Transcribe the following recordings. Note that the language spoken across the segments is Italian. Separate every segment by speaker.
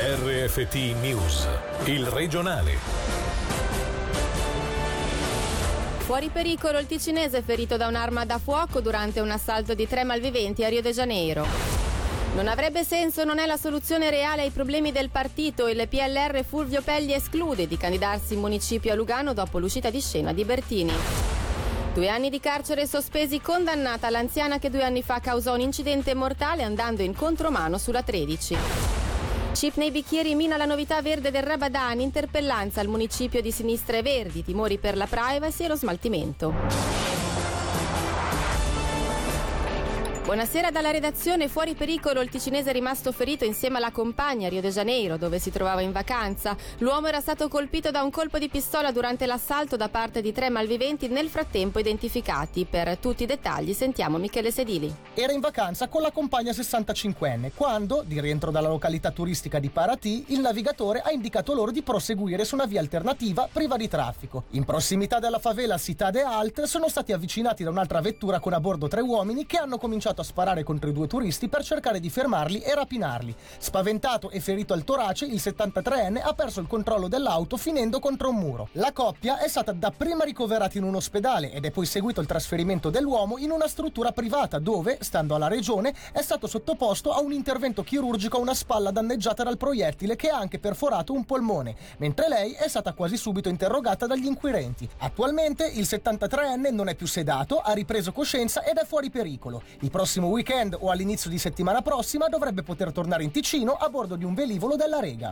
Speaker 1: RFT News, il regionale.
Speaker 2: Fuori pericolo il ticinese ferito da un'arma da fuoco durante un assalto di 3 malviventi a Rio de Janeiro. Non avrebbe senso, non è la soluzione reale ai problemi del partito. Il PLR Fulvio Pelli esclude di candidarsi in municipio a Lugano dopo l'uscita di scena di Bertini. 2 anni di carcere sospesi, condannata l'anziana che 2 anni fa causò un incidente mortale andando in contromano sulla 13. Chip nei bicchieri mina la novità verde del Rabadan, interpellanza al municipio di Sinistra e Verdi, timori per la privacy e lo smaltimento. Buonasera dalla redazione. Fuori pericolo il ticinese è rimasto ferito insieme alla compagna a Rio de Janeiro, dove si trovava in vacanza. L'uomo era stato colpito da un colpo di pistola durante l'assalto da parte di 3 malviventi, nel frattempo identificati. Per tutti i dettagli sentiamo Michele Sedili.
Speaker 3: Era in vacanza con la compagna 65enne quando, di rientro dalla località turistica di Paraty, il navigatore ha indicato loro di proseguire su una via alternativa priva di traffico. In prossimità della favela Cidade Alt sono stati avvicinati da un'altra vettura con a bordo 3 uomini che hanno cominciato a sparare contro i 2 turisti per cercare di fermarli e rapinarli. Spaventato e ferito al torace, il 73enne ha perso il controllo dell'auto finendo contro un muro. La coppia è stata dapprima ricoverata in un ospedale ed è poi seguito il trasferimento dell'uomo in una struttura privata dove, stando alla regione, è stato sottoposto a un intervento chirurgico a una spalla danneggiata dal proiettile che ha anche perforato un polmone, mentre lei è stata quasi subito interrogata dagli inquirenti. Attualmente il 73enne non è più sedato, ha ripreso coscienza ed è fuori pericolo. Il prossimo weekend o all'inizio di settimana prossima dovrebbe poter tornare in Ticino a bordo di un velivolo della Lega.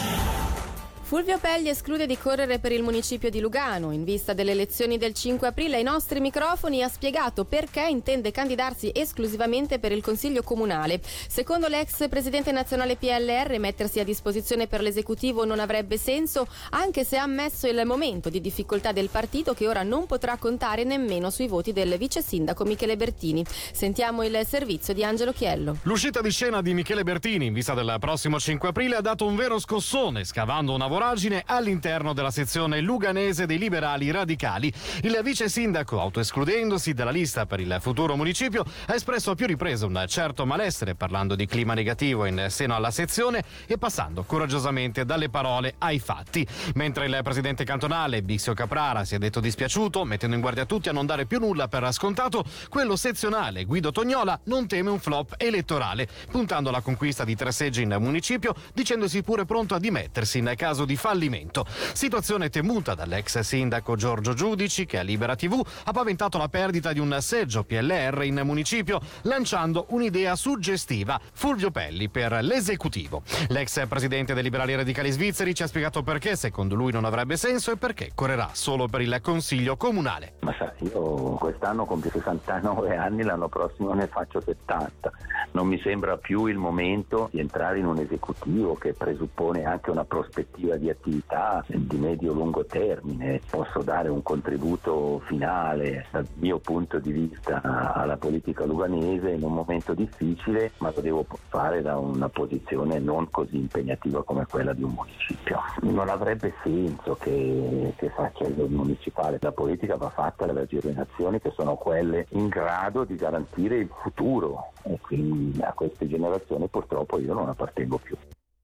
Speaker 2: Fulvio Pelli esclude di correre per il municipio di Lugano. In vista delle elezioni del 5 aprile ai nostri microfoni ha spiegato perché intende candidarsi esclusivamente per il Consiglio Comunale. Secondo l'ex presidente nazionale PLR, mettersi a disposizione per l'esecutivo non avrebbe senso, anche se ha ammesso il momento di difficoltà del partito che ora non potrà contare nemmeno sui voti del vice sindaco Michele Bertini. Sentiamo il servizio di Angelo Chiello.
Speaker 4: L'uscita di scena di Michele Bertini in vista del prossimo 5 aprile ha dato un vero scossone, scavando una voragine all'interno della sezione luganese dei liberali radicali. Il vice sindaco, autoescludendosi dalla lista per il futuro municipio, ha espresso a più riprese un certo malessere, parlando di clima negativo in seno alla sezione e passando coraggiosamente dalle parole ai fatti. Mentre il presidente cantonale Bixio Caprara si è detto dispiaciuto, mettendo in guardia tutti a non dare più nulla per scontato, quello sezionale Guido Tognola non teme un flop elettorale, puntando alla conquista di 3 seggi in municipio, dicendosi pure pronto a dimettersi in caso di fallimento. Situazione temuta dall'ex sindaco Giorgio Giudici, che a Libera TV ha paventato la perdita di un seggio PLR in municipio, lanciando un'idea suggestiva: Fulvio Pelli per l'esecutivo. L'ex presidente dei liberali radicali svizzeri ci ha spiegato perché secondo lui non avrebbe senso e perché correrà solo per il consiglio comunale.
Speaker 5: Ma sai, io quest'anno compio 69 anni, l'anno prossimo ne faccio 70. Non mi sembra più il momento di entrare in un esecutivo che presuppone anche una prospettiva di attività di medio-lungo termine. Posso dare un contributo finale dal mio punto di vista alla politica luganese in un momento difficile, ma lo devo fare da una posizione non così impegnativa come quella di un municipio. Non avrebbe senso che faccia il municipale. La politica va fatta dalle generazioni che sono quelle in grado di garantire il futuro, e quindi a queste generazioni purtroppo io non appartengo più.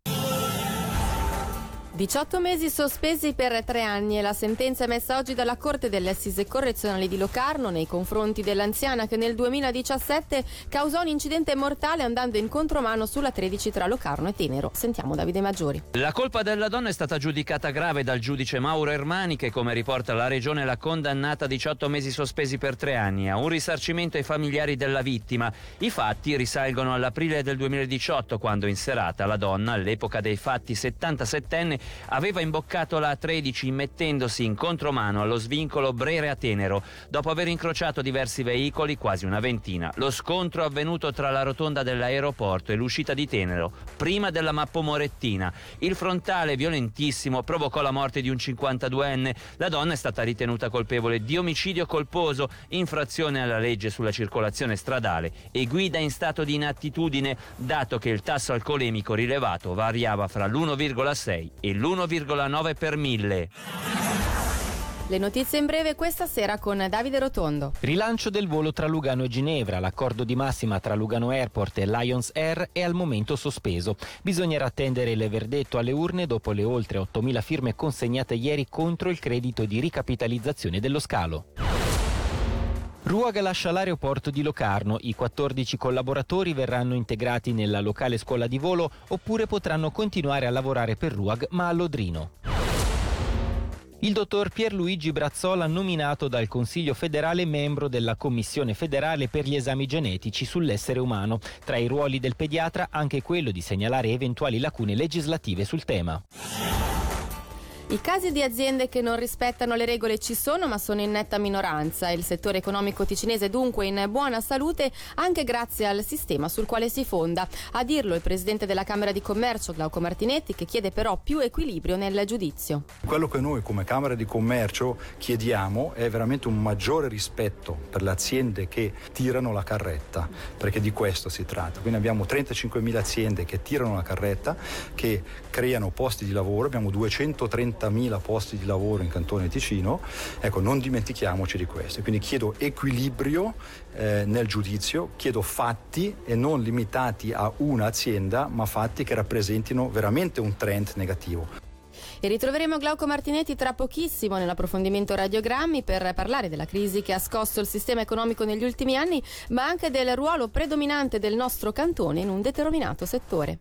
Speaker 2: 18 mesi sospesi per 3 anni è la sentenza emessa oggi dalla Corte delle Assise Correzionali di Locarno nei confronti dell'anziana che nel 2017 causò un incidente mortale andando in contromano sulla 13 tra Locarno e Tenero. Sentiamo Davide Maggiori.
Speaker 6: La colpa della donna è stata giudicata grave dal giudice Mauro Ermani, che, come riporta la Regione, l'ha condannata a 18 mesi sospesi per 3 anni, a un risarcimento ai familiari della vittima. I fatti risalgono all'aprile del 2018, quando in serata la donna, all'epoca dei fatti 77enne, aveva imboccato la A13 mettendosi in contromano allo svincolo Brera-Tenero dopo aver incrociato diversi veicoli, quasi una ventina. Lo scontro avvenuto tra la rotonda dell'aeroporto e l'uscita di Tenero, prima della Mappo Morettina. Il frontale violentissimo provocò la morte di un 52enne. La donna è stata ritenuta colpevole di omicidio colposo, infrazione alla legge sulla circolazione stradale e guida in stato di inattitudine, dato che il tasso alcolemico rilevato variava fra l'1,6 e l'1,9 per 1000.
Speaker 2: Le notizie in breve questa sera con Davide Rotondo.
Speaker 7: Rilancio del volo tra Lugano e Ginevra. L'accordo di massima tra Lugano Airport e Lions Air è al momento sospeso. Bisognerà attendere il verdetto alle urne dopo le oltre 8.000 firme consegnate ieri contro il credito di ricapitalizzazione dello scalo. RUAG lascia l'aeroporto di Locarno. I 14 collaboratori verranno integrati nella locale scuola di volo oppure potranno continuare a lavorare per RUAG ma a Lodrino. Il dottor Pierluigi Brazzola, nominato dal Consiglio federale membro della Commissione federale per gli esami genetici sull'essere umano. Tra i ruoli del pediatra anche quello di segnalare eventuali lacune legislative sul tema.
Speaker 2: I casi di aziende che non rispettano le regole ci sono, ma sono in netta minoranza. Il settore economico ticinese dunque in buona salute anche grazie al sistema sul quale si fonda. A dirlo il presidente della Camera di Commercio, Glauco Martinetti, che chiede però più equilibrio nel giudizio.
Speaker 8: Quello che noi come Camera di Commercio chiediamo è veramente un maggiore rispetto per le aziende che tirano la carretta, perché di questo si tratta. Quindi abbiamo 35.000 aziende che tirano la carretta, che creano posti di lavoro, abbiamo 230.000 posti di lavoro in Cantone Ticino. Ecco, non dimentichiamoci di questo. Quindi chiedo equilibrio nel giudizio, chiedo fatti e non limitati a un'azienda, ma fatti che rappresentino veramente un trend negativo.
Speaker 2: E ritroveremo Glauco Martinetti tra pochissimo nell'approfondimento Radiogrammi per parlare della crisi che ha scosso il sistema economico negli ultimi anni, ma anche del ruolo predominante del nostro cantone in un determinato settore.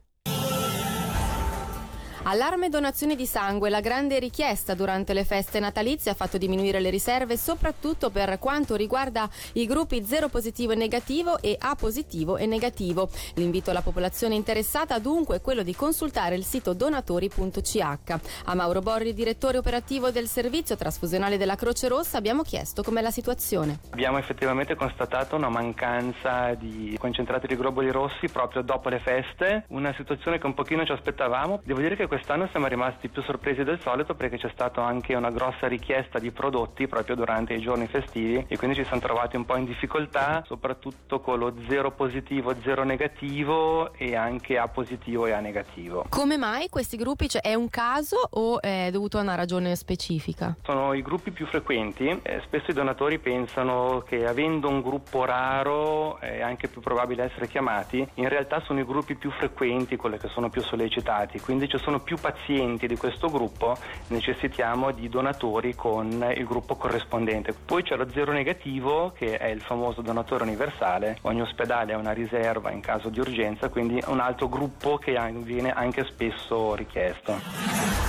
Speaker 2: Allarme donazioni di sangue. La grande richiesta durante le feste natalizie ha fatto diminuire le riserve, soprattutto per quanto riguarda i gruppi 0 positivo e negativo e A positivo e negativo. L'invito alla popolazione interessata dunque è quello di consultare il sito donatori.ch. A Mauro Borri, direttore operativo del servizio trasfusionale della Croce Rossa, abbiamo chiesto com'è la situazione.
Speaker 9: Abbiamo effettivamente constatato una mancanza di concentrati di globuli rossi proprio dopo le feste, una situazione che un pochino ci aspettavamo. Devo dire che quest'anno siamo rimasti più sorpresi del solito perché c'è stata anche una grossa richiesta di prodotti proprio durante i giorni festivi e quindi ci siamo trovati un po' in difficoltà, soprattutto con lo 0 positivo, 0 negativo e anche A positivo e A negativo.
Speaker 2: Come mai questi gruppi? Cioè, è un caso o è dovuto a una ragione specifica?
Speaker 9: Sono i gruppi più frequenti. Spesso i donatori pensano che avendo un gruppo raro è anche più probabile essere chiamati. In realtà sono i gruppi più frequenti quelli che sono più sollecitati, quindi ci sono più pazienti di questo gruppo, necessitiamo di donatori con il gruppo corrispondente. Poi c'è lo 0 negativo, che è il famoso donatore universale. Ogni ospedale ha una riserva in caso di urgenza, quindi è un altro gruppo che viene anche spesso richiesto.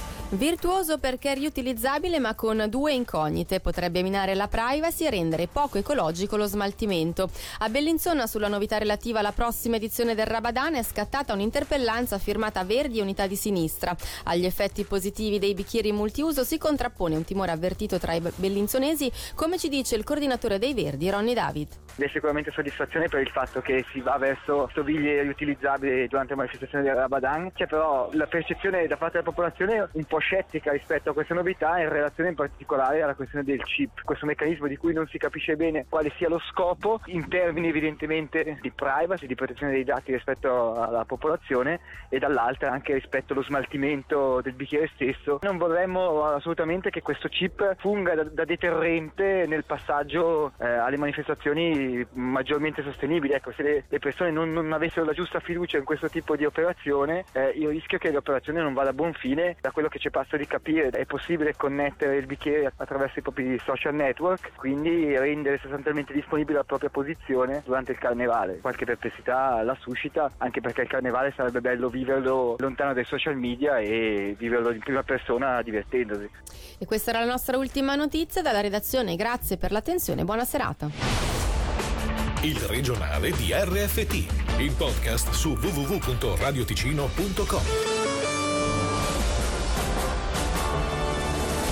Speaker 2: Virtuoso perché è riutilizzabile ma con 2 incognite. Potrebbe minare la privacy e rendere poco ecologico lo smaltimento. A Bellinzona, sulla novità relativa alla prossima edizione del Rabadan, è scattata un'interpellanza firmata Verdi e Unità di Sinistra. Agli effetti positivi dei bicchieri multiuso si contrappone un timore avvertito tra i bellinzonesi, come ci dice il coordinatore dei Verdi, Ronny David.
Speaker 10: C'è sicuramente soddisfazione per il fatto che si va verso stoviglie riutilizzabili durante la manifestazione del Rabadan. C'è però la percezione da parte della popolazione un po' scettica rispetto a queste novità, in relazione in particolare alla questione del chip, questo meccanismo di cui non si capisce bene quale sia lo scopo, in termini evidentemente di privacy, di protezione dei dati rispetto alla popolazione, e dall'altra anche rispetto allo smaltimento del bicchiere stesso. Non vorremmo assolutamente che questo chip funga da deterrente nel passaggio alle manifestazioni maggiormente sostenibili. Ecco, se le persone non avessero la giusta fiducia in questo tipo di operazione, il rischio che l'operazione non vada a buon fine. Da quello che ci passo di capire è possibile connettere il bicchiere attraverso i propri social network, quindi rendere sostanzialmente disponibile la propria posizione durante il carnevale. Qualche perplessità la suscita, anche perché il carnevale sarebbe bello viverlo lontano dai social media e viverlo in prima persona divertendosi.
Speaker 2: E questa era la nostra ultima notizia dalla redazione. Grazie per l'attenzione e buona serata.
Speaker 1: Il regionale di RFT, il podcast su www.radioticino.com.